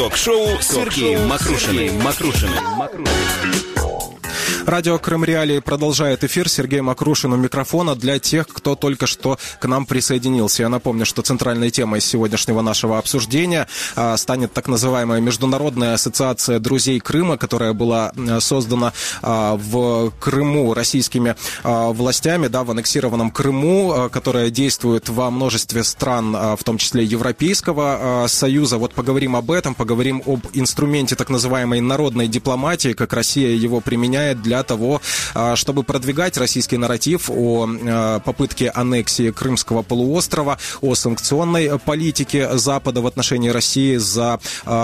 Ток-шоу Сергеем Мокрушиным. Радио Крым Реалии продолжает эфир. Сергей Мокрушин у микрофона для тех, кто только что к нам присоединился. Я напомню, что центральной темой сегодняшнего нашего обсуждения станет так называемая Международная ассоциация друзей Крыма, которая была создана в Крыму российскими властями, в аннексированном Крыму, которая действует во множестве стран, в том числе Европейского Союза. Вот поговорим об этом, поговорим об инструменте так называемой народной дипломатии, как Россия его применяет для того, чтобы продвигать российский нарратив о попытке аннексии Крымского полуострова, о санкционной политике Запада в отношении России за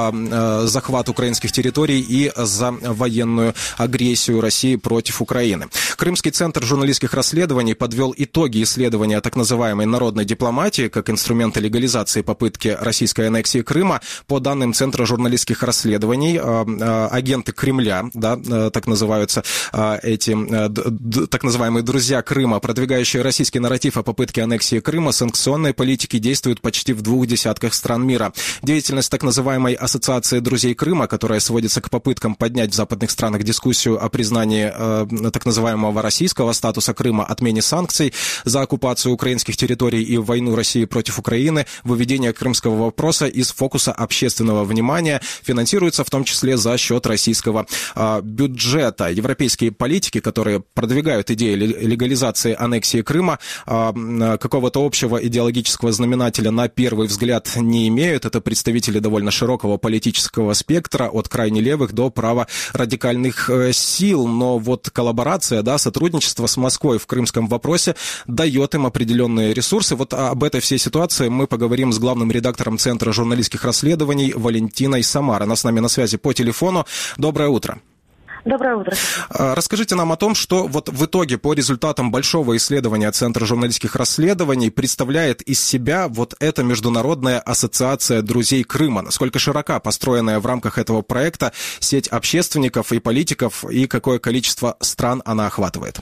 захват украинских территорий и за военную агрессию России против Украины. Крымский центр журналистских расследований подвел итоги исследования так называемой народной дипломатии как инструмента легализации попытки российской аннексии Крыма. По данным Центра журналистских расследований, агенты Кремля, так называются эти так называемые друзья Крыма, продвигающие российский нарратив о попытке аннексии Крыма, санкционной политики, действуют почти в 20 стран мира. Деятельность так называемой Ассоциации друзей Крыма, которая сводится к попыткам поднять в западных странах дискуссию о признании так называемого российского статуса Крыма, отмене санкций за оккупацию украинских территорий и войну России против Украины, выведение крымского вопроса из фокуса общественного внимания, финансируется в том числе за счет российского бюджета. Европейские политики, которые продвигают идеи легализации аннексии Крыма, какого-то общего идеологического знаменателя на первый взгляд не имеют. Это представители довольно широкого политического спектра, от крайне левых до праворадикальных сил. Но вот коллаборация, сотрудничество с Москвой в крымском вопросе дает им определенные ресурсы. Вот об этой всей ситуации мы поговорим с главным редактором Центра журналистских расследований Валентиной Самар. Она с нами на связи по телефону. Доброе утро. Доброе утро. Расскажите нам о том, что вот в итоге по результатам большого исследования Центра журналистских расследований представляет из себя вот эта Международная ассоциация друзей Крыма. Насколько широка построенная в рамках этого проекта сеть общественников и политиков, и какое количество стран она охватывает?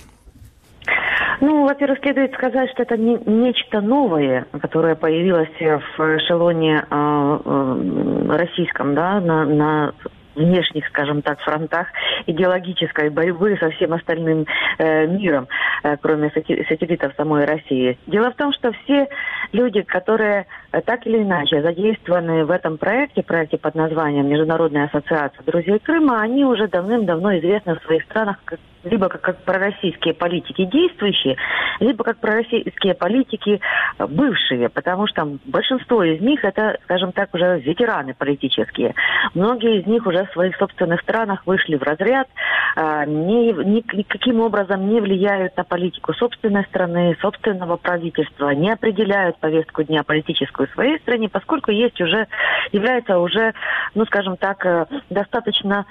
Во-первых, следует сказать, что это нечто новое, которое появилось в эшелоне российском, на внешних, скажем так, фронтах идеологической борьбы со всем остальным миром, кроме сателлитов самой России. Дело в том, что все люди, которые так или иначе задействованы в этом проекте под названием Международная ассоциация друзей Крыма, они уже давным-давно известны в своих странах либо как пророссийские политики действующие, либо как пророссийские политики бывшие, потому что большинство из них это, скажем так, уже ветераны политические. Многие из них уже в своих собственных странах вышли в разряд, никаким образом не влияют на политику собственной страны, собственного правительства, не определяют повестку дня политическую в своей стране, поскольку являются уже, скажем так, достаточно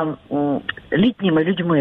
летними людьми,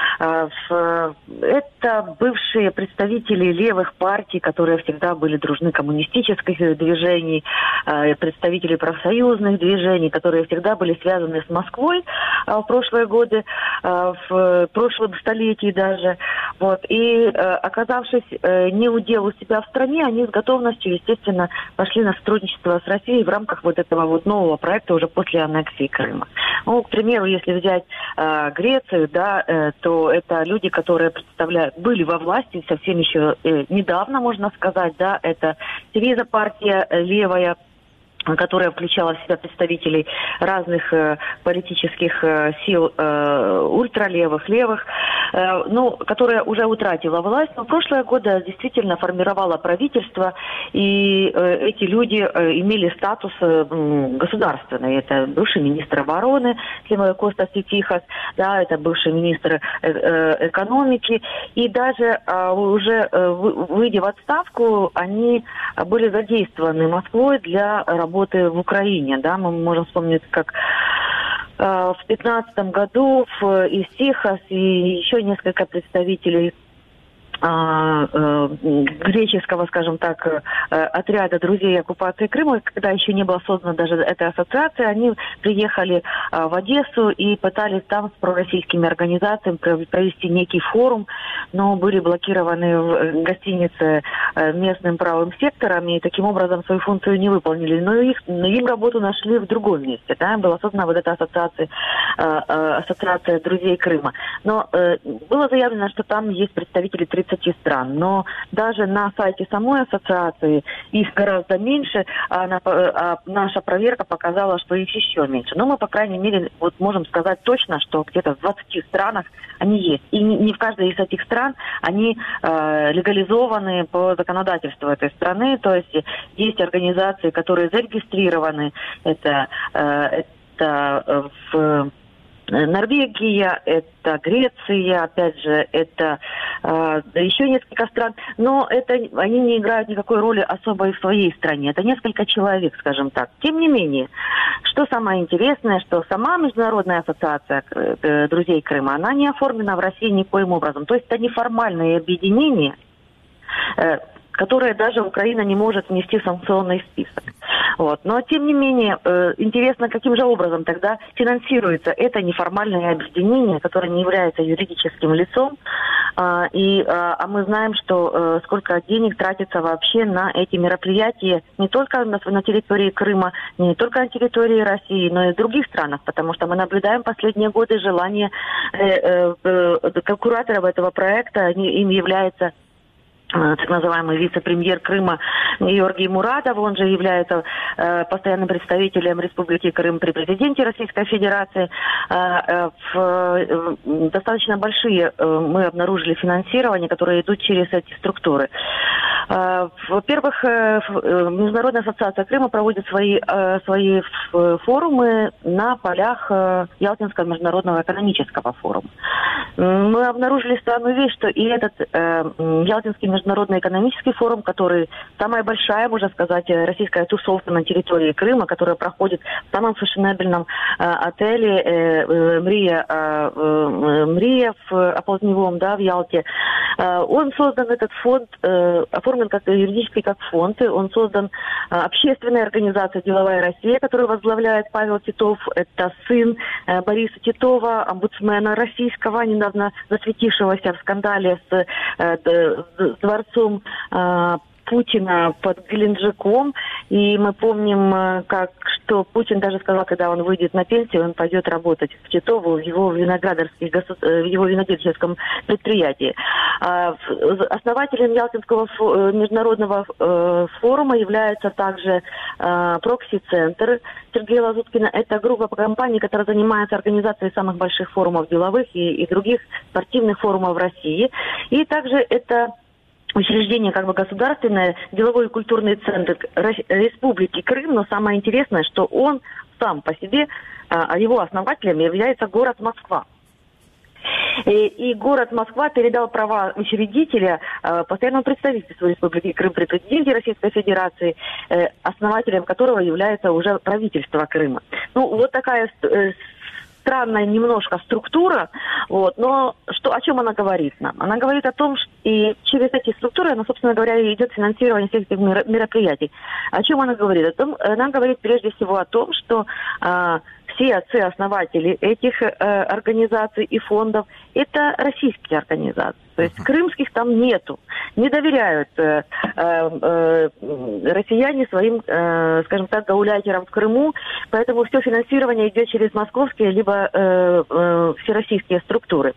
Это бывшие представители левых партий, которые всегда были дружны коммунистических движений, представители профсоюзных движений, которые всегда были связаны с Москвой в прошлые годы, в прошлом столетии даже. И оказавшись не у дел у себя в стране, они с готовностью, естественно, пошли на сотрудничество с Россией в рамках этого нового проекта уже после аннексии Крыма. К примеру, если взять Грецию, то это люди, которые были во власти совсем еще недавно, можно сказать, это Сириза, партия левая, которая включала в себя представителей разных политических сил, ультралевых, левых, которая уже утратила власть, но в прошлые годы действительно формировала правительство, и эти люди имели статус государственный. Это бывший министр обороны Костас Тихас, это бывший министр экономики, и даже уже выйдя в отставку, они были задействованы Москвой для работы в Украине. Мы можем вспомнить, как в 2015 году из Тихас и еще несколько представителей греческого, скажем так, отряда друзей оккупации Крыма, когда еще не была создана даже эта ассоциация, они приехали в Одессу и пытались там с пророссийскими организациями провести некий форум, но были блокированы в гостинице местным правым сектором и таким образом свою функцию не выполнили. Но им работу нашли в другом месте. Да? Была создана вот эта ассоциация друзей Крыма. Но было заявлено, что там есть представители 30 стран. Но даже на сайте самой ассоциации их гораздо меньше, а наша проверка показала, что их еще меньше. Но мы, по крайней мере, вот можем сказать точно, что где-то в 20 странах они есть. И не в каждой из этих стран они легализованы по законодательству этой страны. То есть есть организации, которые зарегистрированы. Это в Норвегия, это Греция, опять же, это еще несколько стран, но они не играют никакой роли особой в своей стране. Это несколько человек, скажем так. Тем не менее, что самое интересное, что сама Международная ассоциация друзей Крыма, она не оформлена в России никоим образом. То есть это неформальное объединение, которое даже Украина не может внести в санкционный список. Вот. Но, тем не менее, интересно, каким же образом тогда финансируется это неформальное объединение, которое не является юридическим лицом. А мы знаем, что сколько денег тратится вообще на эти мероприятия не только на территории Крыма, не только на территории России, но и в других странах, потому что мы наблюдаем последние годы желание кураторов этого проекта, им является так называемый вице-премьер Крыма Георгий Мурадов, он же является постоянным представителем Республики Крым при президенте Российской Федерации. Достаточно большие мы обнаружили финансирование, которые идут через эти структуры. Во-первых, Международная ассоциация Крыма проводит свои форумы на полях Ялтинского международного экономического форума. Мы обнаружили странную вещь, что и этот Ялтинский международный экономический форум, который самая большая, можно сказать, российская тусовка на территории Крыма, которая проходит в самом фешенебельном отеле Мрия в Оползневом, да, в Ялте. Он создан, этот фонд, оформлен как юридически как фонд. Он создан общественной организацией «Деловая Россия», которую возглавляет Павел Титов. Это сын Бориса Титова, омбудсмена российского, недавно засветившегося в скандале с дворцом Путина под Геленджиком. И мы помним, что Путин даже сказал, когда он выйдет на пенсию, он пойдет работать в Титово, в его винодельческом предприятии. Основателем Ялтинского международного форума является также Прокси-центр Сергея Лазуткина. Это группа компаний, которая занимается организацией самых больших форумов деловых и других спортивных форумов в России. И также это учреждение как бы государственное, деловой и культурный центр Республики Крым, но самое интересное, что он сам по себе, его основателем является город Москва. И город Москва передал права учредителя постоянному представительству Республики Крым при президенте Российской Федерации, основателем которого является уже правительство Крыма. Ну, вот такая странная немножко структура, вот, но о чем она говорит нам? Она говорит о том, что и через эти структуры, собственно говоря, идет финансирование всех этих мероприятий. О чем она говорит? Она говорит прежде всего о том, что все отцы-основатели этих организаций и фондов – это российские организации. То есть крымских там нету. Не доверяют россияне своим, скажем так, гауляйтерам в Крыму. Поэтому все финансирование идет через московские либо всероссийские структуры.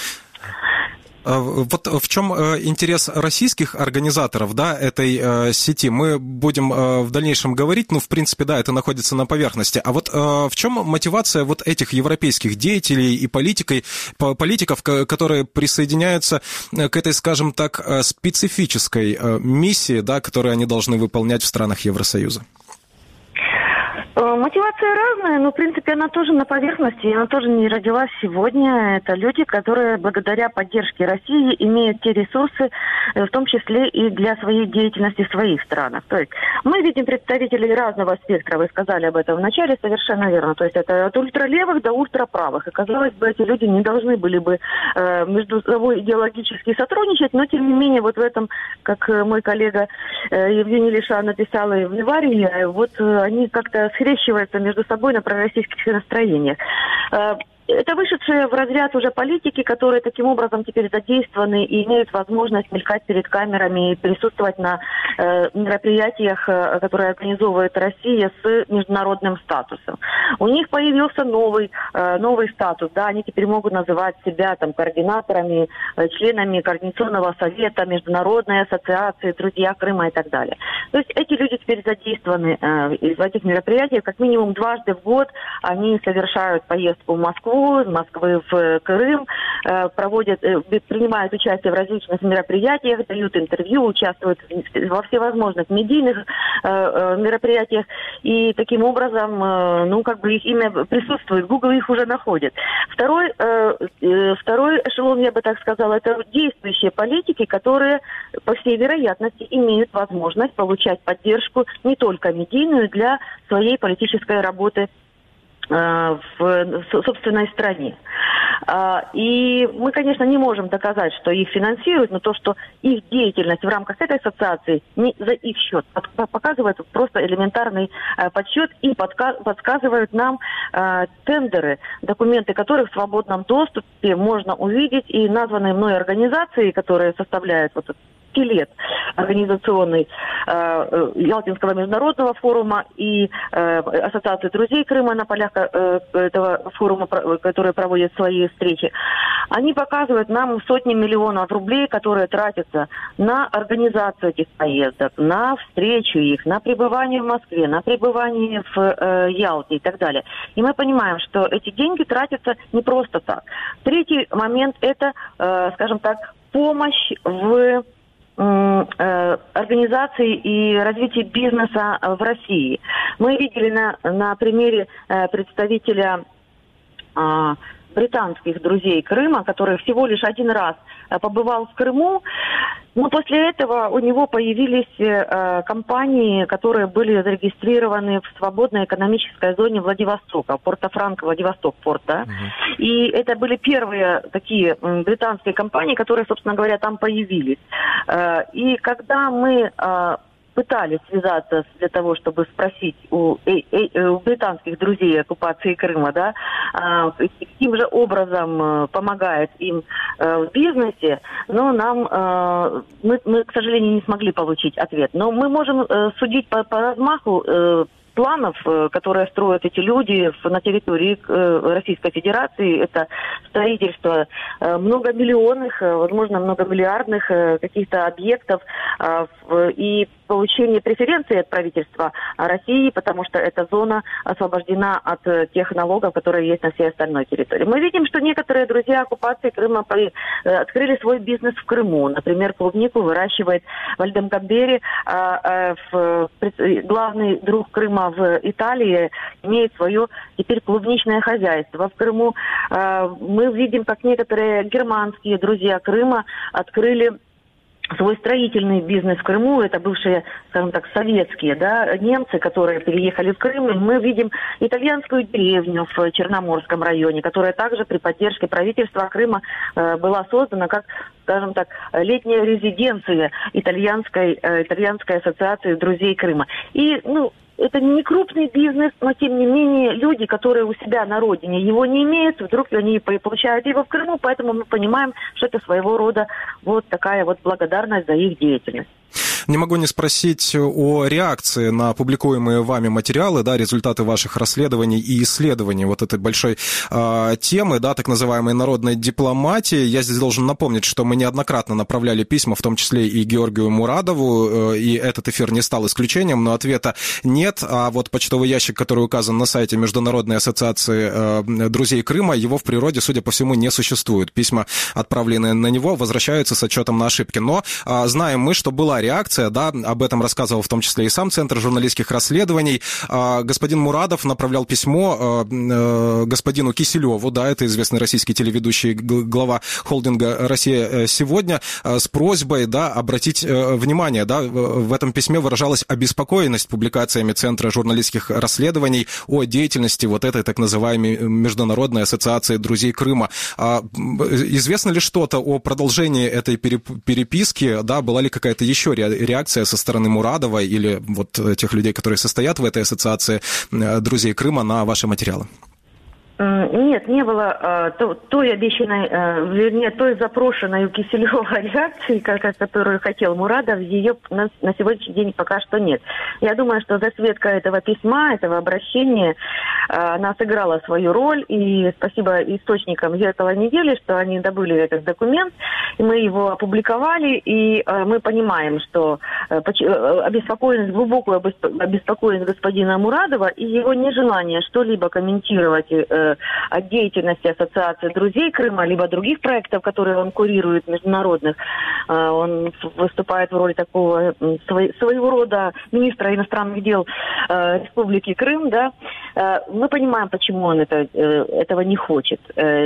Вот в чем интерес российских организаторов, да, этой сети, мы будем в дальнейшем говорить, в принципе, да, это находится на поверхности. А вот в чем мотивация вот этих европейских деятелей и политиков, которые присоединяются к этой, скажем так, специфической миссии, да, которую они должны выполнять в странах Евросоюза? Мотивация разная, но, в принципе, она тоже на поверхности, она тоже не родилась сегодня. Это люди, которые благодаря поддержке России имеют те ресурсы, в том числе и для своей деятельности в своих странах. То есть мы видим представителей разного спектра, вы сказали об этом в начале, совершенно верно. То есть это от ультралевых до ультраправых. И, казалось бы, эти люди не должны были бы между собой идеологически сотрудничать, но, тем не менее, вот в этом, как мой коллега Евгений Лиша написал и в Ливарии, вот они как-то скрещиваются между собой на пророссийских настроениях. Это вышедшие в разряд уже политики, которые таким образом теперь задействованы и имеют возможность мелькать перед камерами и присутствовать на мероприятиях, которые организовывает Россия с международным статусом. У них появился новый статус, да, они теперь могут называть себя там координаторами, членами Координационного совета, Международной ассоциации, друзья Крыма и так далее. То есть эти люди теперь задействованы в этих мероприятиях. Как минимум дважды в год они совершают поездку в Москву, из Москвы в Крым, принимают участие в различных мероприятиях, дают интервью, участвуют во всевозможных медийных мероприятиях. И таким образом, их имя присутствует, Google их уже находит. Второй эшелон, я бы так сказала, это действующие политики, которые, по всей вероятности, имеют возможность получать поддержку не только медийную для своей политической работы в собственной стране. И мы, конечно, не можем доказать, что их финансируют, но то, что их деятельность в рамках этой ассоциации не за их счет показывает просто элементарный подсчет и подсказывают нам тендеры, документы которых в свободном доступе можно увидеть, и названные мной организации, которые составляют скелет организационный Ялтинского международного форума и Ассоциации друзей Крыма на полях этого форума, которые проводят свои встречи, они показывают нам сотни миллионов рублей, которые тратятся на организацию этих поездок, на встречу их, на пребывание в Москве, на пребывание в Ялте и так далее. И мы понимаем, что эти деньги тратятся не просто так. Третий момент – это, скажем так, помощь в организации и развития бизнеса в России. Мы видели на примере представителя британских друзей Крыма, который всего лишь один раз побывал в Крыму, но после этого у него появились компании, которые были зарегистрированы в свободной экономической зоне Владивостока, Порто-Франко, Владивосток, порт, да? И это были первые такие британские компании, которые, собственно говоря, там появились. И когда мы пытались связаться для того, чтобы спросить у британских друзей оккупации Крыма, да, каким же образом помогает им в бизнесе, но мы, к сожалению, не смогли получить ответ. Но мы можем судить по размаху планов, которые строят эти люди на территории Российской Федерации. Это строительство многомиллионных, возможно, многомиллиардных каких-то объектов и получение преференций от правительства России, потому что эта зона освобождена от тех налогов, которые есть на всей остальной территории. Мы видим, что некоторые друзья оккупации Крыма открыли свой бизнес в Крыму. Например, клубнику выращивает в Альдемкамбере, главный друг Крыма в Италии имеет свое теперь клубничное хозяйство в Крыму. Мы видим, как некоторые германские друзья Крыма открыли свой строительный бизнес в Крыму. Это бывшие, скажем так, советские, да, немцы, которые переехали в Крым. И мы видим итальянскую деревню в Черноморском районе, которая также при поддержке правительства Крыма была создана как, скажем так, летняя резиденция итальянской ассоциации друзей Крыма. И, это не крупный бизнес, но, тем не менее, люди, которые у себя на родине его не имеют, вдруг они получают его в Крыму, поэтому мы понимаем, что это своего рода вот такая вот благодарность за их деятельность. Не могу не спросить о реакции на публикуемые вами материалы, да, результаты ваших расследований и исследований вот этой большой темы, да, так называемой народной дипломатии. Я здесь должен напомнить, что мы неоднократно направляли письма, в том числе и Георгию Мурадову, и этот эфир не стал исключением, но ответа нет. А вот почтовый ящик, который указан на сайте Международной ассоциации друзей Крыма, его в природе, судя по всему, не существует. Письма, отправленные на него, возвращаются с отчетом на ошибки. Но знаем мы, что была реакция, да, об этом рассказывал в том числе и сам Центр журналистских расследований. Господин Мурадов направлял письмо господину Киселеву, да, это известный российский телеведущий, глава холдинга «Россия сегодня», с просьбой, да, обратить внимание, да, в этом письме выражалась обеспокоенность публикациями Центра журналистских расследований о деятельности вот этой так называемой Международной ассоциации друзей Крыма. Известно ли что-то о продолжении этой переписки, да, была ли какая-то еще реакция со стороны Мурадова или вот тех людей, которые состоят в этой ассоциации друзей Крыма, на ваши материалы? Нет, не было той обещанной, вернее, той запрошенной у Киселева реакции, которую хотел Мурадов, ее на сегодняшний день пока что нет. Я думаю, что засветка этого письма, этого обращения, она сыграла свою роль, и спасибо источникам «Зеркала недели», что они добыли этот документ, и мы его опубликовали, и мы понимаем, что обеспокоенность, глубокую обеспокоенность господина Мурадова и его нежелание что-либо комментировать от деятельности Ассоциации друзей Крыма, либо других проектов, которые он курирует, международных. Он выступает в роли такого своего рода министра иностранных дел Республики Крым, да. Мы понимаем, почему он этого не хочет.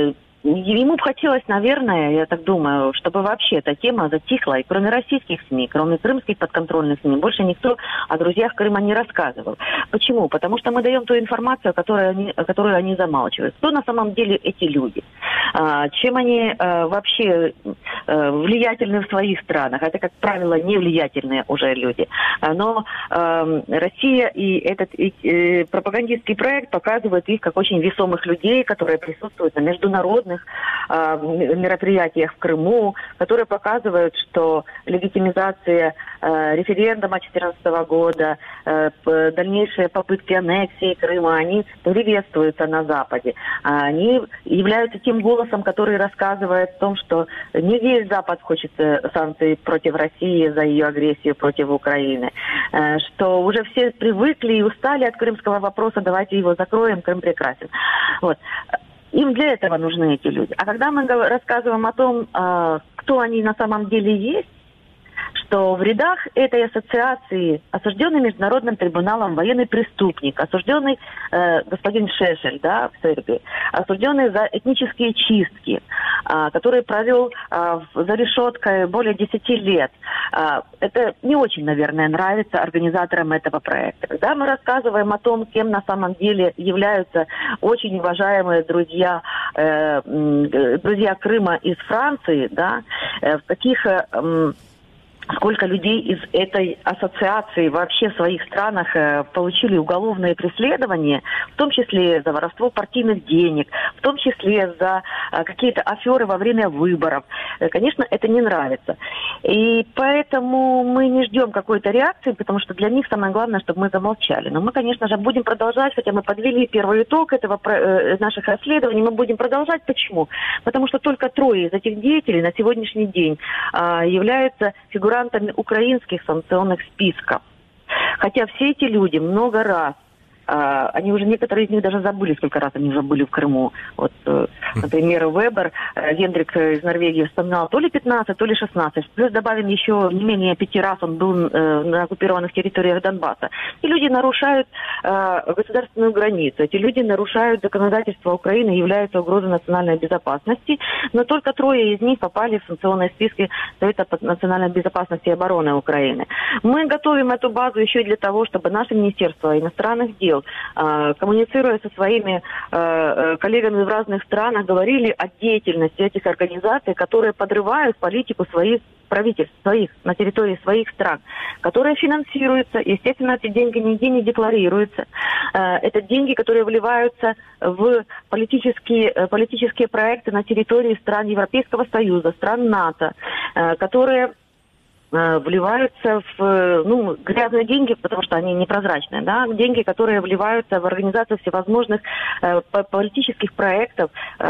Ему бы хотелось, наверное, я так думаю, чтобы вообще эта тема затихла, и кроме российских СМИ, кроме крымских подконтрольных СМИ, больше никто о друзьях Крыма не рассказывал. Почему? Потому что мы даем ту информацию, которую они замалчивают. Кто на самом деле эти люди? Чем они вообще влиятельны в своих странах? Это, как правило, не влиятельные уже люди. Но Россия и этот пропагандистский проект показывают их как очень весомых людей, которые присутствуют на международных мероприятиях в Крыму, которые показывают, что легитимизация референдума 2014 года, дальнейшие попытки аннексии Крыма, они приветствуются на Западе. Они являются тем голосом, который рассказывает о том, что не весь Запад хочет санкций против России за ее агрессию против Украины, что уже все привыкли и устали от крымского вопроса, давайте его закроем, Крым прекрасен. Вот. Им для этого нужны эти люди. А когда мы рассказываем о том, кто они на самом деле есть, что в рядах этой ассоциации осужденный Международным трибуналом военный преступник, осужденный господин Шешель, да, в Сербии, осужденный за этнические чистки, который провел за решеткой более 10 лет. Это не очень, наверное, нравится организаторам этого проекта. Когда мы рассказываем о том, кем на самом деле являются очень уважаемые друзья Крыма из Франции, да, в каких... Сколько людей из этой ассоциации вообще в своих странах получили уголовные преследования, в том числе за воровство партийных денег, в том числе за какие-то аферы во время выборов. Конечно, это не нравится. И поэтому мы не ждем какой-то реакции, потому что для них самое главное, чтобы мы замолчали. Но мы, конечно же, будем продолжать, хотя мы подвели первый итог наших расследований, мы будем продолжать. Почему? Потому что только 3 из этих деятелей на сегодняшний день являются фигурантами украинских санкционных списков. Хотя все эти люди много раз, они уже, некоторые из них даже забыли, сколько раз они уже были в Крыму. Вот, например, Вебер, Гендрик из Норвегии вспоминал то ли 15, то ли 16. Плюс добавим еще не менее 5 раз он был на оккупированных территориях Донбасса. И люди нарушают государственную границу. Эти люди нарушают законодательство Украины, являются угрозой национальной безопасности. Но только 3 из них попали в санкционные списки Совета национальной безопасности и обороны Украины. Мы готовим эту базу еще и для того, чтобы наше Министерство иностранных дел, коммуницируя со своими коллегами в разных странах, говорили о деятельности этих организаций, которые подрывают политику своих правительств, на территории своих стран, которые финансируются. Естественно, эти деньги нигде не декларируются. Это деньги, которые вливаются в политические проекты на территории стран Европейского Союза, стран НАТО, которые вливаются в грязные деньги, потому что они непрозрачные, да, деньги, которые вливаются в организацию всевозможных политических проектов,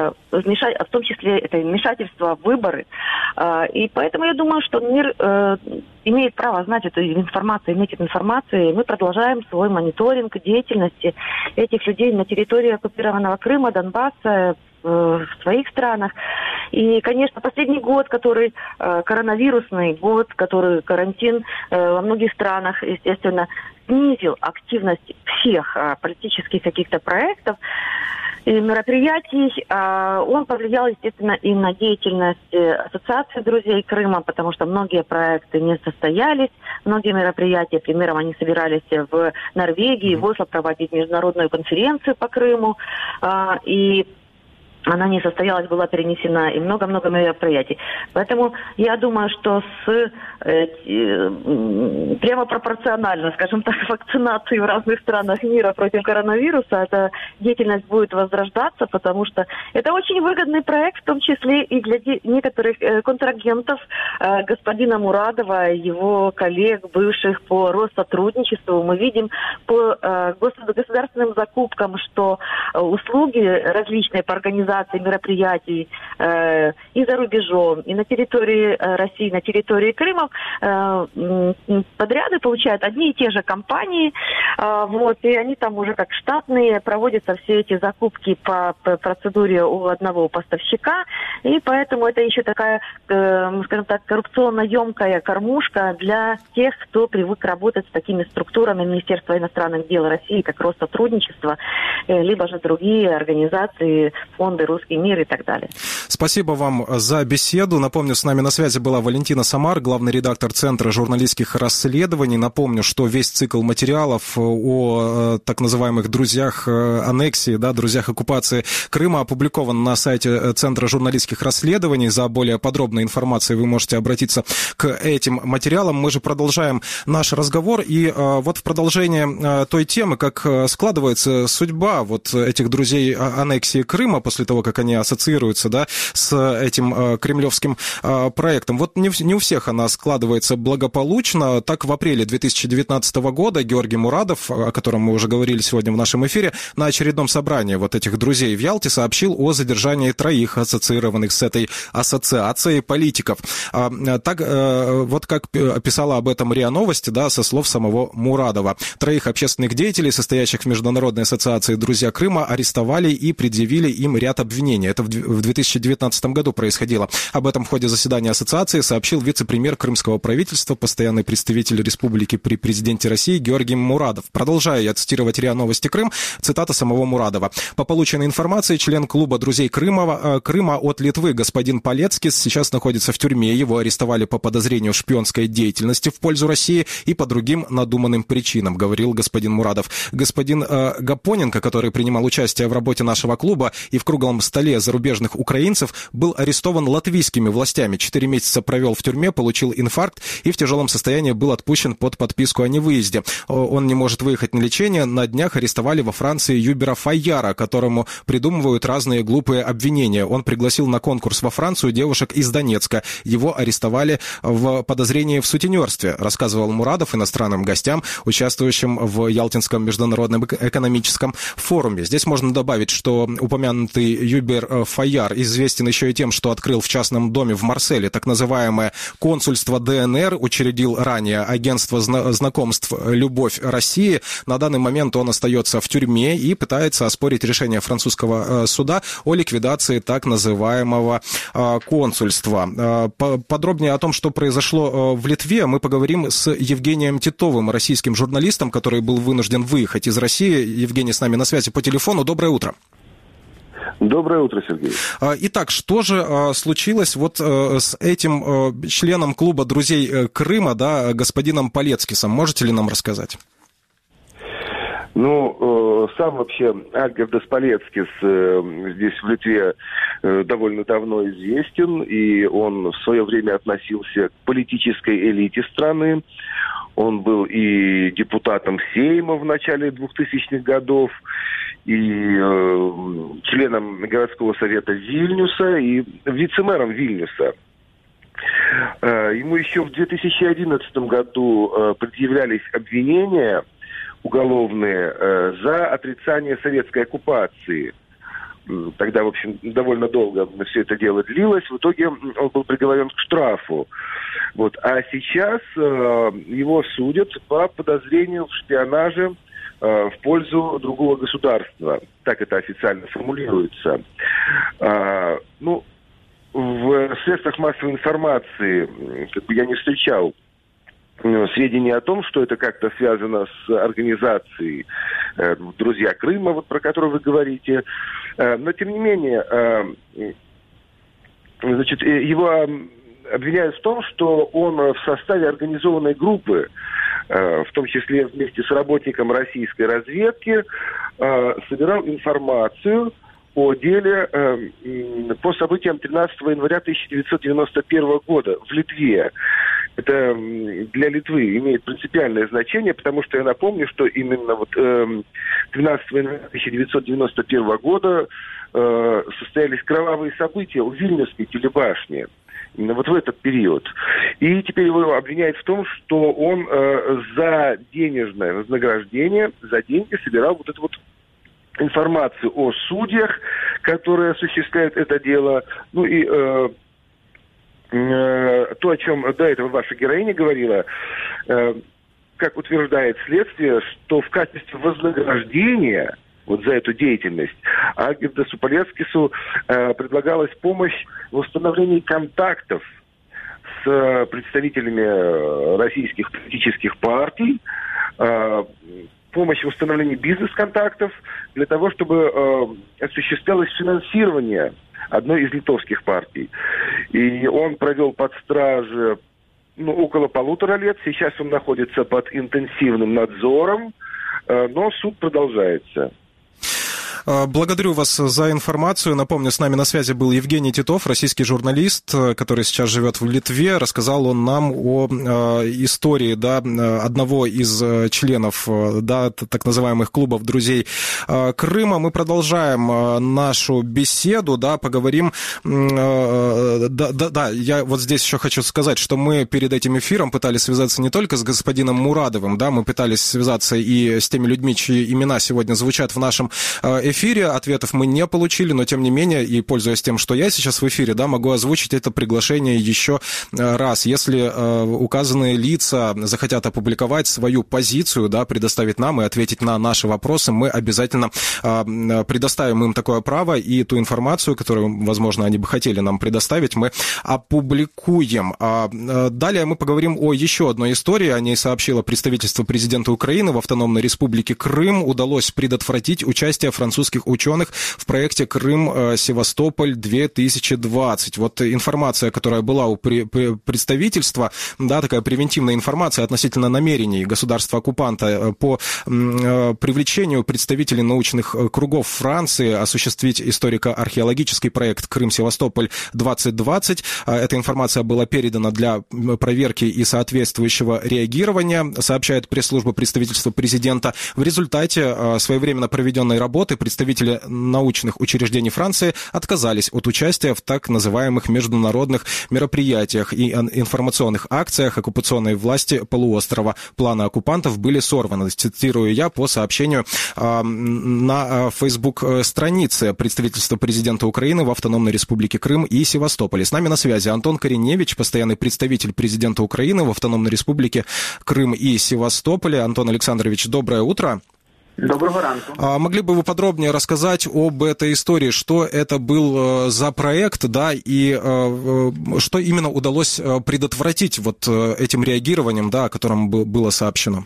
в том числе это вмешательство в выборы. И поэтому я думаю, что мир имеет право знать эту информацию, иметь эту информацию, и мы продолжаем свой мониторинг деятельности этих людей на территории оккупированного Крыма, Донбасса, в своих странах. И, конечно, последний год, который коронавирусный год, который карантин во многих странах, естественно, снизил активность всех политических каких-то проектов и мероприятий. Он повлиял, естественно, и на деятельность Ассоциации друзей Крыма, потому что многие проекты не состоялись, многие мероприятия, примером, они собирались в Норвегии, в Осло проводить международную конференцию по Крыму, и она не состоялась, была перенесена, и много-много мероприятий. Поэтому я думаю, что прямо пропорционально, скажем так, вакцинации в разных странах мира против коронавируса, эта деятельность будет возрождаться, потому что это очень выгодный проект, в том числе и для некоторых контрагентов господина Мурадова, его коллег, бывших по Россотрудничеству. Мы видим по государственным закупкам, что услуги различные по организации мероприятий и за рубежом, и на территории России, на территории Крыма подряды получают одни и те же компании, и они там уже как штатные, проводятся все эти закупки по процедуре у одного поставщика, и поэтому это еще такая, скажем так, коррупционно-емкая кормушка для тех, кто привык работать с такими структурами Министерства иностранных дел России, как Россотрудничество, либо же другие организации, фонды «Русский мир» и так далее. Спасибо вам за беседу. Напомню, с нами на связи была Валентина Самар, главный редактор Центра журналистских расследований. Напомню, что весь цикл материалов о так называемых друзьях аннексии, друзьях оккупации Крыма опубликован на сайте Центра журналистских расследований. За более подробной информацией вы можете обратиться к этим материалам. Мы же продолжаем наш разговор. И вот в продолжение той темы, как складывается судьба вот этих друзей аннексии Крыма после того, как они ассоциируются, с этим кремлевским проектом. Вот не у всех она складывается благополучно. Так, в апреле 2019 года Георгий Мурадов, о котором мы уже говорили сегодня в нашем эфире, на очередном собрании вот этих друзей в Ялте сообщил о задержании 3 ассоциированных с этой ассоциацией политиков. Так, вот как писала об этом РИА Новости, со слов самого Мурадова. 3 общественных деятелей, состоящих в Международной ассоциации «Друзья Крыма», арестовали и предъявили им ряд обвинений. Это в 2019 году происходило. Об этом в ходе заседания ассоциации сообщил вице-премьер крымского правительства, постоянный представитель республики при президенте России Георгий Мурадов. Продолжаю я цитировать РИА Новости Крым, цитата самого Мурадова. По полученной информации, член клуба друзей Крыма от Литвы господин Палецкис сейчас находится в тюрьме. Его арестовали по подозрению в шпионской деятельности в пользу России и по другим надуманным причинам, говорил господин Мурадов. Господин Гапоненко, который принимал участие в работе нашего клуба и в круглом столе зарубежных украинцев, был арестован латвийскими властями. 4 месяца провел в тюрьме, получил инфаркт и в тяжелом состоянии был отпущен под подписку о невыезде. Он не может выехать на лечение. На днях арестовали во Франции Юбера Файяра, которому придумывают разные глупые обвинения. Он пригласил на конкурс во Францию девушек из Донецка. Его арестовали в подозрении в сутенерстве, рассказывал Мурадов иностранным гостям, участвующим в Ялтинском международном экономическом форуме. Здесь можно добавить, что упомянутый Юбер Файяр известен еще и тем, что открыл в частном доме в Марселе так называемое консульство ДНР, учредил ранее агентство знакомств «Любовь России». На данный момент он остается в тюрьме и пытается оспорить решение французского суда о ликвидации так называемого консульства. Подробнее о том, что произошло в Литве, мы поговорим с Евгением Титовым, российским журналистом, который был вынужден выехать из России. Евгений с нами на связи по телефону. Доброе утро. Доброе утро, Сергей. Итак, что же случилось вот с этим членом клуба друзей Крыма, господином Палецкисом? Можете ли нам рассказать? Сам вообще Альгердас Палецкис здесь в Литве довольно давно известен, и он в свое время относился к политической элите страны. Он был и депутатом Сейма в начале 2000-х годов, и членом городского совета Вильнюса, и вице-мэром Вильнюса. Ему еще в 2011 году предъявлялись обвинения уголовные за отрицание советской оккупации. Тогда, в общем, довольно долго все это дело длилось. В итоге он был приговорен к штрафу. А сейчас его судят по подозрению в шпионаже в пользу другого государства. Так это официально формулируется. В средствах массовой информации я не встречал сведений о том, что это как-то связано с организацией «Друзья Крыма», про которую вы говорите. Но, тем не менее, его обвиняют в том, что он в составе организованной группы, в том числе вместе с работником российской разведки, собирал информацию о деле по событиям 13 января 1991 года в Литве. Это для Литвы имеет принципиальное значение, потому что я напомню, что именно 12 января 1991 года состоялись кровавые события у Вильнюсской телебашни. Именно в этот период. И теперь его обвиняют в том, что он за денежное вознаграждение, за деньги собирал эту информацию о судьях, которые осуществляют это дело. Ну и то, о чем до этого ваша героиня говорила, как утверждает следствие, что в качестве вознаграждения за эту деятельность Альгирдасу Палецкису предлагалась помощь в установлении контактов с представителями российских политических партий, помощь в установлении бизнес-контактов для того, чтобы осуществлялось финансирование одной из литовских партий. И он провел под стражей около 1,5 лет. Сейчас он находится под интенсивным надзором, но суд продолжается. Благодарю вас за информацию. Напомню, с нами на связи был Евгений Титов, российский журналист, который сейчас живет в Литве. Рассказал он нам о истории одного из членов так называемых клубов друзей Крыма. Мы продолжаем нашу беседу, поговорим. Я вот здесь еще хочу сказать, что мы перед этим эфиром пытались связаться не только с господином Мурадовым, мы пытались связаться и с теми людьми, чьи имена сегодня звучат в нашем эфире. Ответов мы не получили, но тем не менее, и пользуясь тем, что я сейчас в эфире, могу озвучить это приглашение еще раз. Если указанные лица захотят опубликовать свою позицию, предоставить нам и ответить на наши вопросы, мы обязательно предоставим им такое право, и ту информацию, которую, возможно, они бы хотели нам предоставить, мы опубликуем. Далее мы поговорим о еще одной истории. О ней сообщило представительство президента Украины в Автономной Республике Крым. Удалось предотвратить участие французских ученых в проекте «Крым-Севастополь-2020». Вот информация, которая была у представительства, такая превентивная информация относительно намерений государства-оккупанта по привлечению представителей научных кругов Франции осуществить историко-археологический проект «Крым-Севастополь-2020». Эта информация была передана для проверки и соответствующего реагирования, сообщает пресс-служба представительства президента. В результате своевременно проведенной работы представители научных учреждений Франции отказались от участия в так называемых международных мероприятиях и информационных акциях оккупационной власти полуострова. Планы оккупантов были сорваны, цитирую я по сообщению на Facebook-странице представительства президента Украины в Автономной Республике Крым и Севастополе. С нами на связи Антон Кореневич, постоянный представитель президента Украины в Автономной Республике Крым и Севастополе. Антон Александрович, доброе утро. Доброго ранку. Могли бы вы подробнее рассказать об этой истории, что это был за проект, и что именно удалось предотвратить этим реагированием, о котором было сообщено?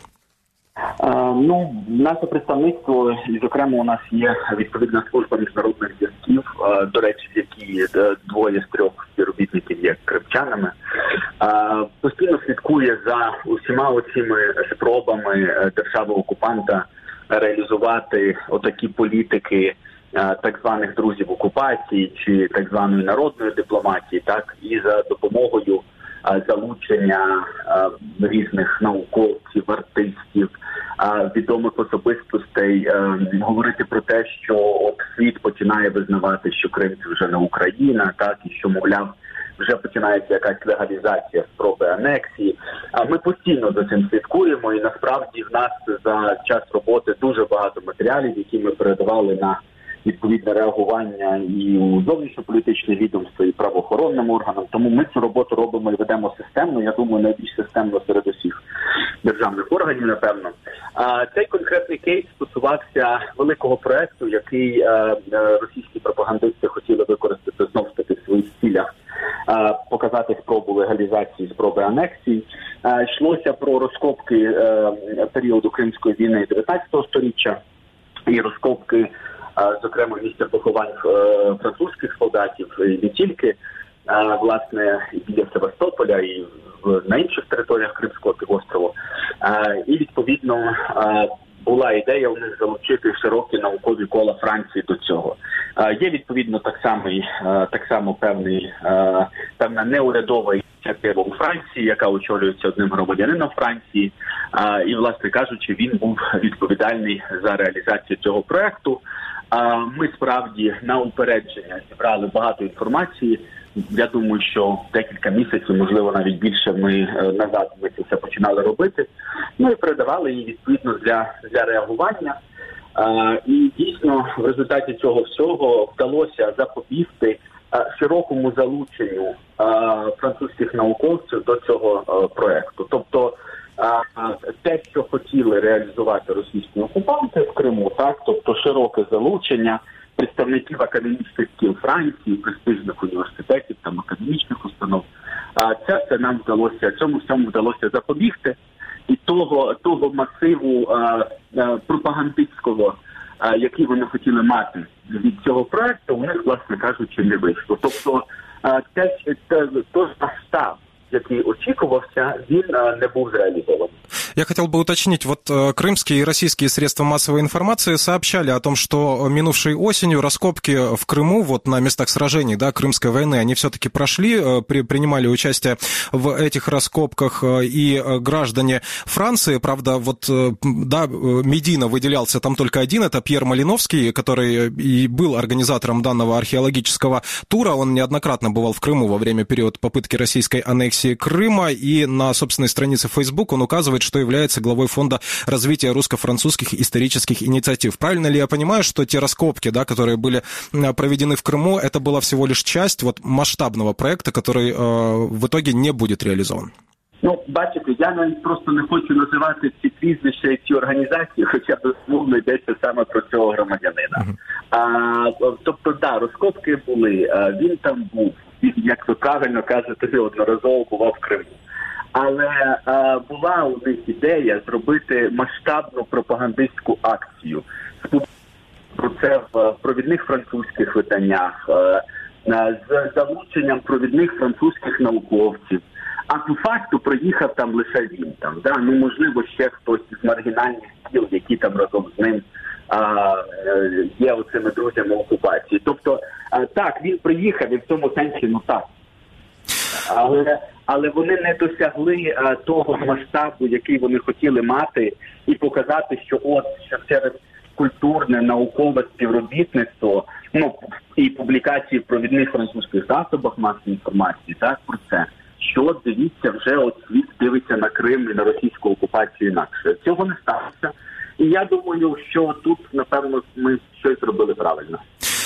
Наше представництво, і, зокрема, у нас є відповідна служба міжнародних зв'язків, до речі, в якій 2 з 3 співробітників є кримчанами, постійно слідкує за усіма цими спробами держави-окупанта реалізувати отакі політики так званих друзів окупації чи так званої народної дипломатії, і за допомогою залучення різних науковців, артистів, відомих особистостей, говорити про те, що світ починає визнавати, що Крим – це вже не Україна, і що, мовляв, вже починається якась легалізація спроби анексії. Ми постійно за цим слідкуємо, і насправді в нас за час роботи дуже багато матеріалів, які ми передавали на відповідне реагування і у зовнішньополітичне відомство, і правоохоронним органам. Тому ми цю роботу робимо і ведемо системно, я думаю, найбільш системно серед усіх державних органів, напевно. Цей конкретний кейс стосувався великого проекту, який російські пропагандисти хотіли використати знову ж таки в своїх цілях, показати спробу легалізації, спроби анексії. Йшлося про розкопки періоду Кримської війни 19 століття і розкопки, зокрема, місця поховань французьких солдатів, і не тільки, власне, біля Севастополя і на інших територіях Кримського півострову. І, відповідно, була ідея у них залучити широкі наукові кола Франції до цього. Є, відповідно, так само певна неурядова ініціатива у Франції, яка очолюється одним громадянином Франції. І, власне кажучи, він був відповідальний за реалізацію цього проєкту. Ми, справді, на упередження зібрали багато інформації. Я думаю, що декілька місяців, можливо, навіть більше назад ми це все починали робити. Ну і передавали її, відповідно, для реагування. І дійсно в результаті цього всього вдалося запобігти широкому залученню французьких науковців до цього проєкту. Тобто те, що хотіли реалізувати російські окупанти в Криму, так, тобто широке залучення представників академічних кіл Франції, престижних університетів, там академічних установ, це нам вдалося, цьому вдалося запобігти. І того масиву пропагандистського, який вони хотіли мати від цього проекту, у них, власне кажучи, не вийшло. Тобто той масштаб, який очікувався, він не був зреализован. Я хотел бы уточнить, вот крымские и российские средства массовой информации сообщали о том, что минувшей осенью раскопки в Крыму, вот на местах сражений, да, Крымской войны, они все-таки прошли, принимали участие в этих раскопках и граждане Франции. Правда, вот, да, медийно выделялся там только один, это Пьер Малиновский, который и был организатором данного археологического тура. Он неоднократно бывал в Крыму во время периода попытки российской аннексии Крыма, и на собственной странице Facebook он указывает, что является главой фонда развития русско-французских исторических инициатив. Правильно ли я понимаю, что те раскопки, да, которые были проведены в Крыму, это была всего лишь часть вот масштабного проекта, который в итоге не будет реализован? Ну, бачите, я навіть просто не хочу називати ці прізвища і ці організації, хоча безумовно йдеться саме про цього громадянина. Тобто, да, розкопки були, він там був, як ви правильно кажете, неодноразово бував в Криму. Але була у них ідея зробити масштабну пропагандистську акцію. Про це в провідних французьких виданнях, з залученням провідних французьких науковців. А по факту проїхав там лише він. Ну, можливо, ще хтось з маргінальних сіл, які там разом з ним є оцими друзями окупації. Тобто, так, він приїхав і в цьому сенсі, ну так. Але вони не досягли того масштабу, який вони хотіли мати, і показати, що через культурне, наукове співробітництво, ну, і публікації в провідних французьких засобах масової інформації, так, про це, що, дивіться, вже світ дивиться на Крим і на російську окупацію інакше. Цього не сталося. І я думаю, що тут, напевно, ми щось зробили правильно.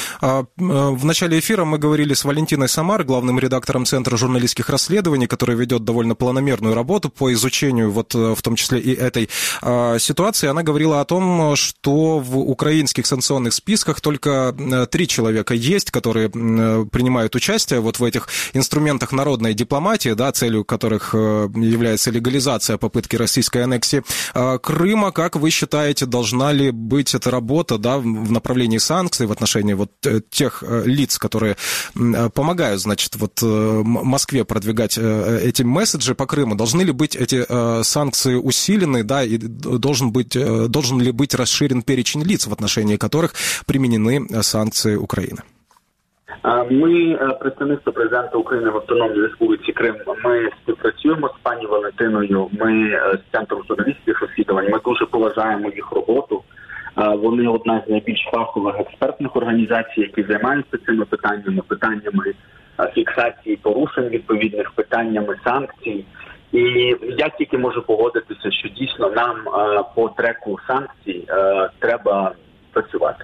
В начале эфира мы говорили с Валентиной Самар, главным редактором Центра журналистских расследований, который ведет довольно планомерную работу по изучению, вот в том числе и этой ситуации. Она говорила о том, что в украинских санкционных списках только 3 человека есть, которые принимают участие вот в этих инструментах народной дипломатии, да, целью которых является легализация попытки российской аннексии Крыма. Как вы считаете, должна ли быть эта работа, да, в направлении санкций в отношении вот тех лиц, которые помогают, значит, вот Москве продвигать эти месседжи по Крыму? Должны ли быть эти санкции усилены, да, и должен ли быть расширен перечень лиц, в отношении которых применены санкции Украины? Ми, представництво президента України в Автономній Республіці Крим, ми співпрацюємо з пані Валентиною, ми з Центром журналістських розслідувань, ми дуже поважаємо їх роботу. Вони одна з найбільш фахових експертних організацій, які займаються цими питаннями фіксації порушень відповідних, питаннями санкцій. І я тільки можу погодитися, що дійсно нам по треку санкцій треба працювати.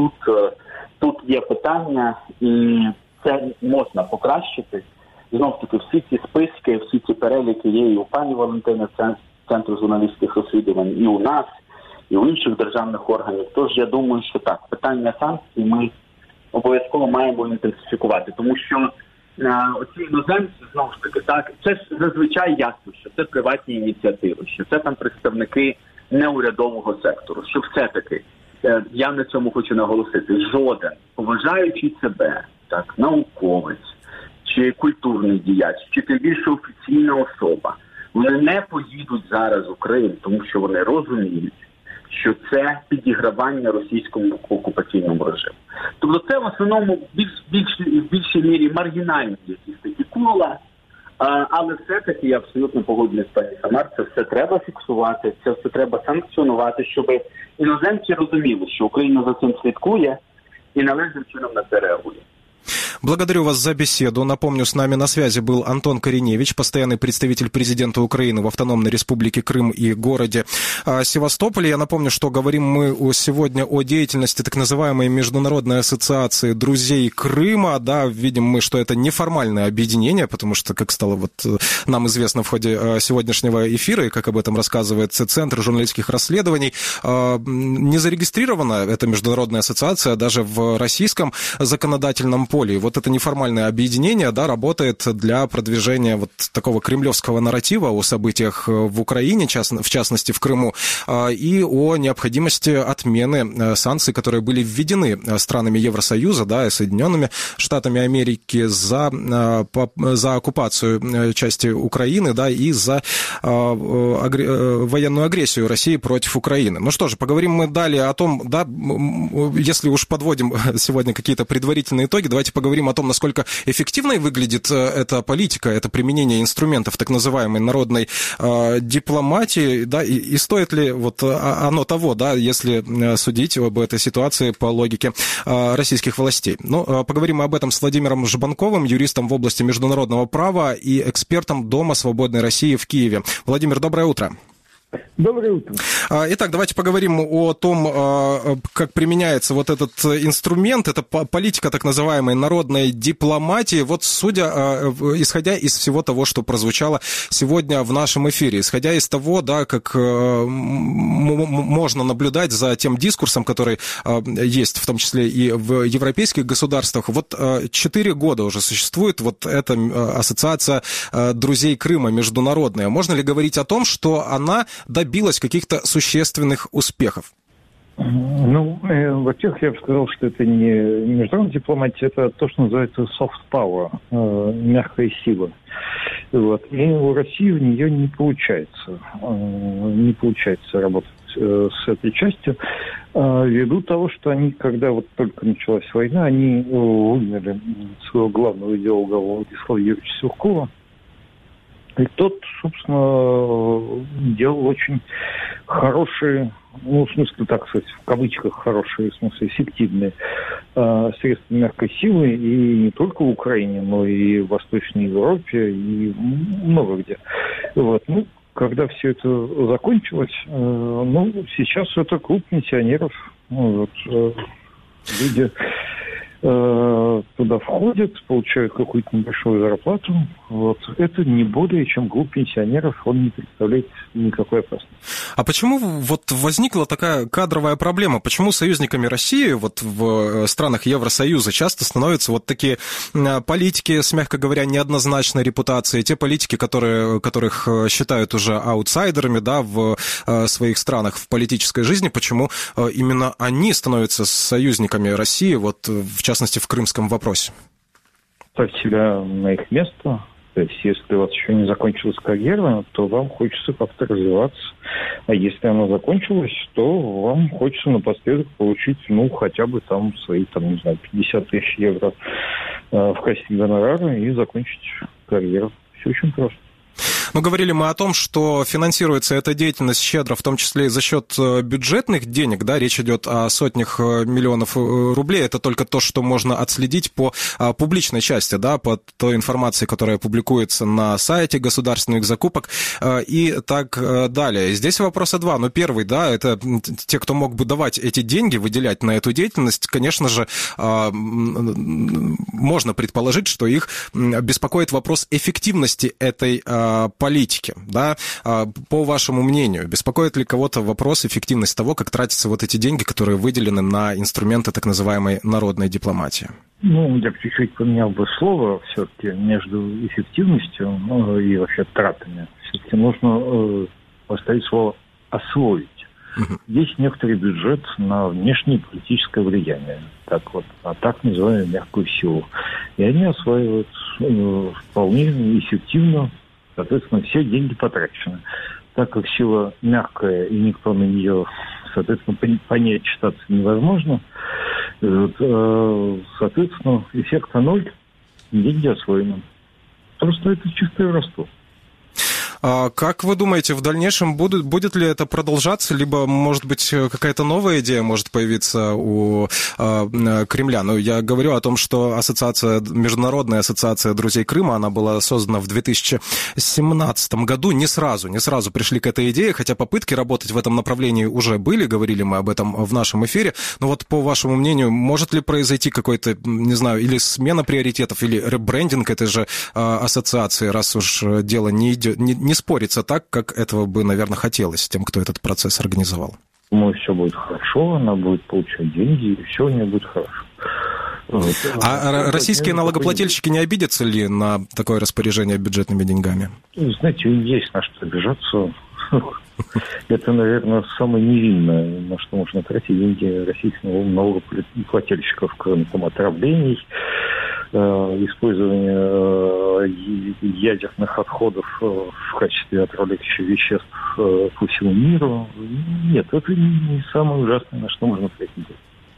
Тут є питання, і це можна покращити. Знов-таки всі ці списки, всі ці переліки є і у пані Валентини Центру журналістських розслідувань, і у нас, і у інших державних органів. Тож я думаю, що так, питання санкцій ми обов'язково маємо інтенсифікувати, тому що оці іноземці, знову ж таки, так, це ж зазвичай ясно, що це приватні ініціативи, що це там представники неурядового сектору, що все-таки, я на цьому хочу наголосити, жоден, поважаючи себе, так, науковець, чи культурний діяч, чи тим більше офіційна особа, вони не поїдуть зараз у Крим, тому що вони розуміють, що це підігравання російському окупаційному режиму. Тобто це в основному в більшій мірі маргінальні якісь такі кола, але все-таки я абсолютно погоджуюсь з пані Самар, це все треба фіксувати, це все треба санкціонувати, щоб іноземці розуміли, що Україна за цим слідкує і належним чином на це реагує. Благодарю вас за беседу. Напомню, с нами на связи был Антон Кореневич, постоянный представитель президента Украины в Автономной Республике Крым и городе Севастополе. Я напомню, что говорим мы сегодня о деятельности так называемой Международной ассоциации друзей Крыма. Да, видим мы, что это неформальное объединение, потому что, как стало вот нам известно в ходе сегодняшнего эфира, и как об этом рассказывает Центр журналистских расследований, не зарегистрирована эта Международная ассоциация даже в российском законодательном поле. И вот это неформальное объединение, да, работает для продвижения вот такого кремлевского нарратива о событиях в Украине, в частности в Крыму, и о необходимости отмены санкций, которые были введены странами Евросоюза, да, и Соединенными Штатами Америки за оккупацию части Украины, да, и за военную агрессию России против Украины. Ну что же, поговорим мы далее о том, да, если уж подводим сегодня какие-то предварительные итоги, давайте поговорим о том, насколько эффективной выглядит эта политика, это применение инструментов так называемой народной дипломатии, да, и стоит ли вот оно того, да, если судить об этой ситуации по логике российских властей. Ну, поговорим об этом с Владимиром Жбанковым, юристом в области международного права и экспертом Дома свободной России в Киеве. Владимир, доброе утро. Доброе утро. Итак, давайте поговорим о том, как применяется вот этот инструмент, это политика так называемой народной дипломатии. Вот исходя из всего того, что прозвучало сегодня в нашем эфире, исходя из того, да, как можно наблюдать за тем дискурсом, который есть в том числе и в европейских государствах, вот 4 года уже существует вот эта ассоциация друзей Крыма международная. Можно ли говорить о том, что она добилась каких-то существенных успехов? Ну, во-первых, я бы сказал, что это не международная дипломатия, это то, что называется soft power, мягкая сила. Вот. И у России в нее не получается работать с этой частью, ввиду того, что они, когда вот только началась война, они выгнали своего главного идеолога Владислава Юрьевича Суркова. И тот, собственно, делал очень хорошие, ну, в смысле, так сказать, в кавычках хорошие, в смысле, эффективные средства мягкой силы, и не только в Украине, но и в Восточной Европе, и много где. Вот. Ну, когда все это закончилось, ну, сейчас это клуб пенсионеров, вот, люди туда входят, получают какую-то небольшую зарплату. Вот. Это не более чем клуб пенсионеров, он не представляет никакой опасности. А почему вот возникла такая кадровая проблема? Почему союзниками России вот в странах Евросоюза часто становятся вот такие политики с, мягко говоря, неоднозначной репутацией, те политики, которых считают уже аутсайдерами, да, в своих странах в политической жизни, почему именно они становятся союзниками России вот в частности, в крымском вопросе? Ставь себя на их место. То есть, если у вас еще не закончилась карьера, то вам хочется как-то развиваться. А если она закончилась, то вам хочется напоследок получить, ну, хотя бы там свои, там, не знаю, 50 тысяч евро в качестве гонорара и закончить карьеру. Все очень просто. Ну, говорили мы о том, что финансируется эта деятельность щедро, в том числе и за счет бюджетных денег, да, речь идет о сотнях миллионов рублей, это только то, что можно отследить по публичной части, да, по той информации, которая публикуется на сайте государственных закупок и так далее. Здесь вопроса два. Ну, первый, да, это те, кто мог бы давать эти деньги, выделять на эту деятельность, конечно же, можно предположить, что их беспокоит вопрос эффективности этой политики, да, по вашему мнению, беспокоит ли кого-то вопрос эффективности того, как тратятся вот эти деньги, которые выделены на инструменты так называемой народной дипломатии? Ну, я чуть-чуть поменял бы слово все-таки между эффективностью и вообще тратами. Все-таки нужно поставить слово «освоить». Есть некоторый бюджет на внешнее политическое влияние, так вот, а так называемую мягкую силу. И они осваивают вполне эффективно. Соответственно, все деньги потрачены. Так как сила мягкая, и никто на нее соответственно, понять, читаться невозможно. Соответственно, эффекта ноль, деньги освоены. Просто это чистое воровство. Как вы думаете, в дальнейшем будет ли это продолжаться, либо, может быть, какая-то новая идея может появиться у Кремля? Ну, я говорю о том, что Международная ассоциация друзей Крыма, она была создана в 2017 году. Не сразу пришли к этой идее, хотя попытки работать в этом направлении уже были, говорили мы об этом в нашем эфире. Но вот по вашему мнению, может ли произойти какой-то, не знаю, или смена приоритетов, или ребрендинг этой же ассоциации, раз уж дело не спорится так, как этого бы, наверное, хотелось тем, кто этот процесс организовал? Думаю, все будет хорошо, она будет получать деньги, и все у нее будет хорошо. А российские налогоплательщики не обидятся ли на такое распоряжение бюджетными деньгами? Знаете, есть на что обижаться. Это, наверное, самое невинное, на что можно тратить деньги российских налогоплательщиков, кроме там отравлений, использования ядерных отходов в качестве отравляющих веществ по всему миру. Нет, это не самое ужасное, на что можно тратить деньги.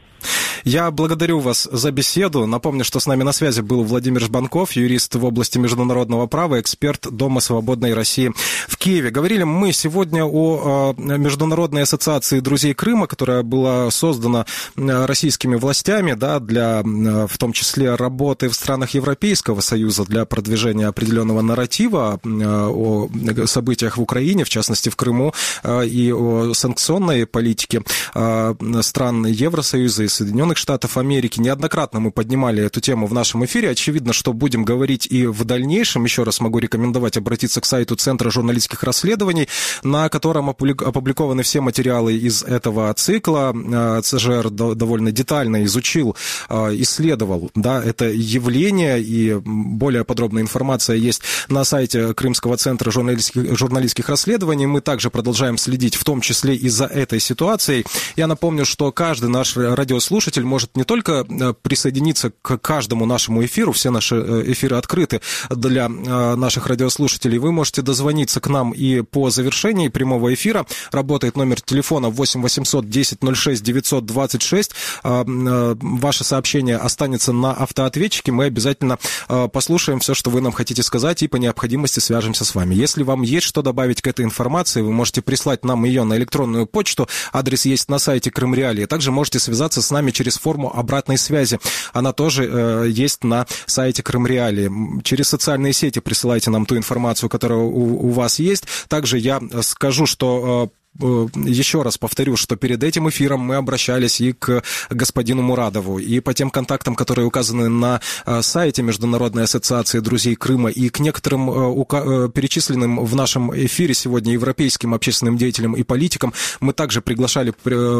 Я благодарю вас за беседу. Напомню, что с нами на связи был Владимир Жбанков, юрист в области международного права, эксперт Дома свободной России в Киеве. Говорили мы сегодня о Международной ассоциации друзей Крыма, которая была создана российскими властями, да, для, в том числе, работы в странах Европейского Союза для продвижения определенного нарратива о событиях в Украине, в частности, в Крыму, и о санкционной политике стран Евросоюза и Соединенных Штатов Америки. Неоднократно мы поднимали эту тему в нашем эфире. Очевидно, что будем говорить и в дальнейшем. Еще раз могу рекомендовать обратиться к сайту Центра журналистских расследований, на котором опубликованы все материалы из этого цикла. ЦЖР довольно детально изучил, исследовал, да, это явление, и более подробная информация есть на сайте Крымского центра журналистских расследований. Мы также продолжаем следить, в том числе и за этой ситуацией. Я напомню, что каждый наш радиослушатель может не только присоединиться к каждому нашему эфиру, все наши эфиры открыты для наших радиослушателей, вы можете дозвониться к нам и по завершении прямого эфира. Работает номер телефона 8 800 10 06 926. Ваше сообщение останется на автоответчике, мы обязательно послушаем все, что вы нам хотите сказать, и по необходимости свяжемся с вами. Если вам есть что добавить к этой информации, вы можете прислать нам ее на электронную почту, адрес есть на сайте Крым Реалии. Также можете связаться с нами через форму обратной связи. Она тоже есть на сайте Крым Реалии. Через социальные сети присылайте нам ту информацию, которая у вас есть. Также я скажу, что еще раз повторю, что перед этим эфиром мы обращались и к господину Мурадову, и по тем контактам, которые указаны на сайте Международной ассоциации друзей Крыма, и к некоторым перечисленным в нашем эфире сегодня европейским общественным деятелям и политикам мы также присылали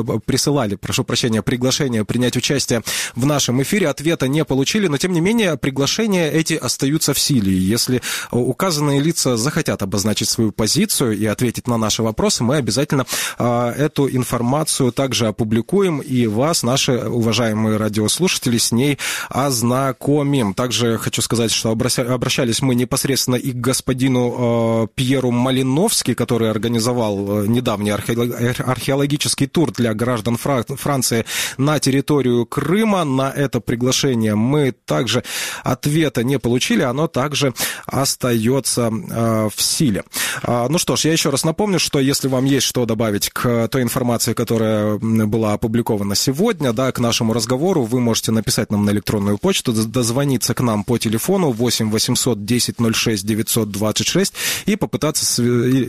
приглашение принять участие в нашем эфире. Ответа не получили, но тем не менее приглашения эти остаются в силе. Если указанные лица захотят обозначить свою позицию и ответить на наши вопросы, мы обязательно эту информацию также опубликуем, и вас, наши уважаемые радиослушатели, с ней ознакомим. Также хочу сказать, что обращались мы непосредственно и к господину Пьеру Малиновски, который организовал недавний археологический тур для граждан Франции на территорию Крыма. На это приглашение мы также ответа не получили, оно также остается в силе. Ну что ж, я еще раз напомню, что если вам есть что добавить к той информации, которая была опубликована сегодня, да, к нашему разговору, вы можете написать нам на электронную почту, дозвониться к нам по телефону 8 800 10 06 926 и попытаться,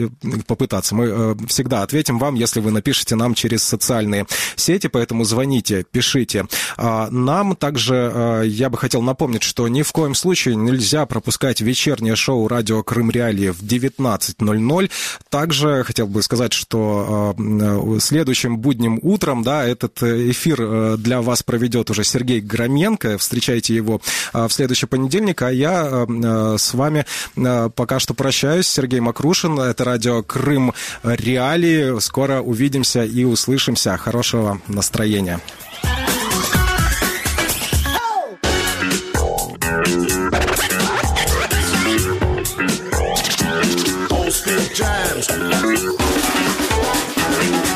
мы всегда ответим вам, если вы напишите нам через социальные сети, поэтому звоните, пишите нам. Также я бы хотел напомнить, что ни в коем случае нельзя пропускать вечернее шоу «Радио Крым Реалии» в 19:00. Также хотел бы сказать, что следующим будним утром, да, этот эфир для вас проведет уже Сергей Громенко. Встречайте его в следующий понедельник, а я с вами пока что прощаюсь. Сергей Макрушин, это радио Крым Реалии. Скоро увидимся и услышимся. Хорошего настроения. Jams.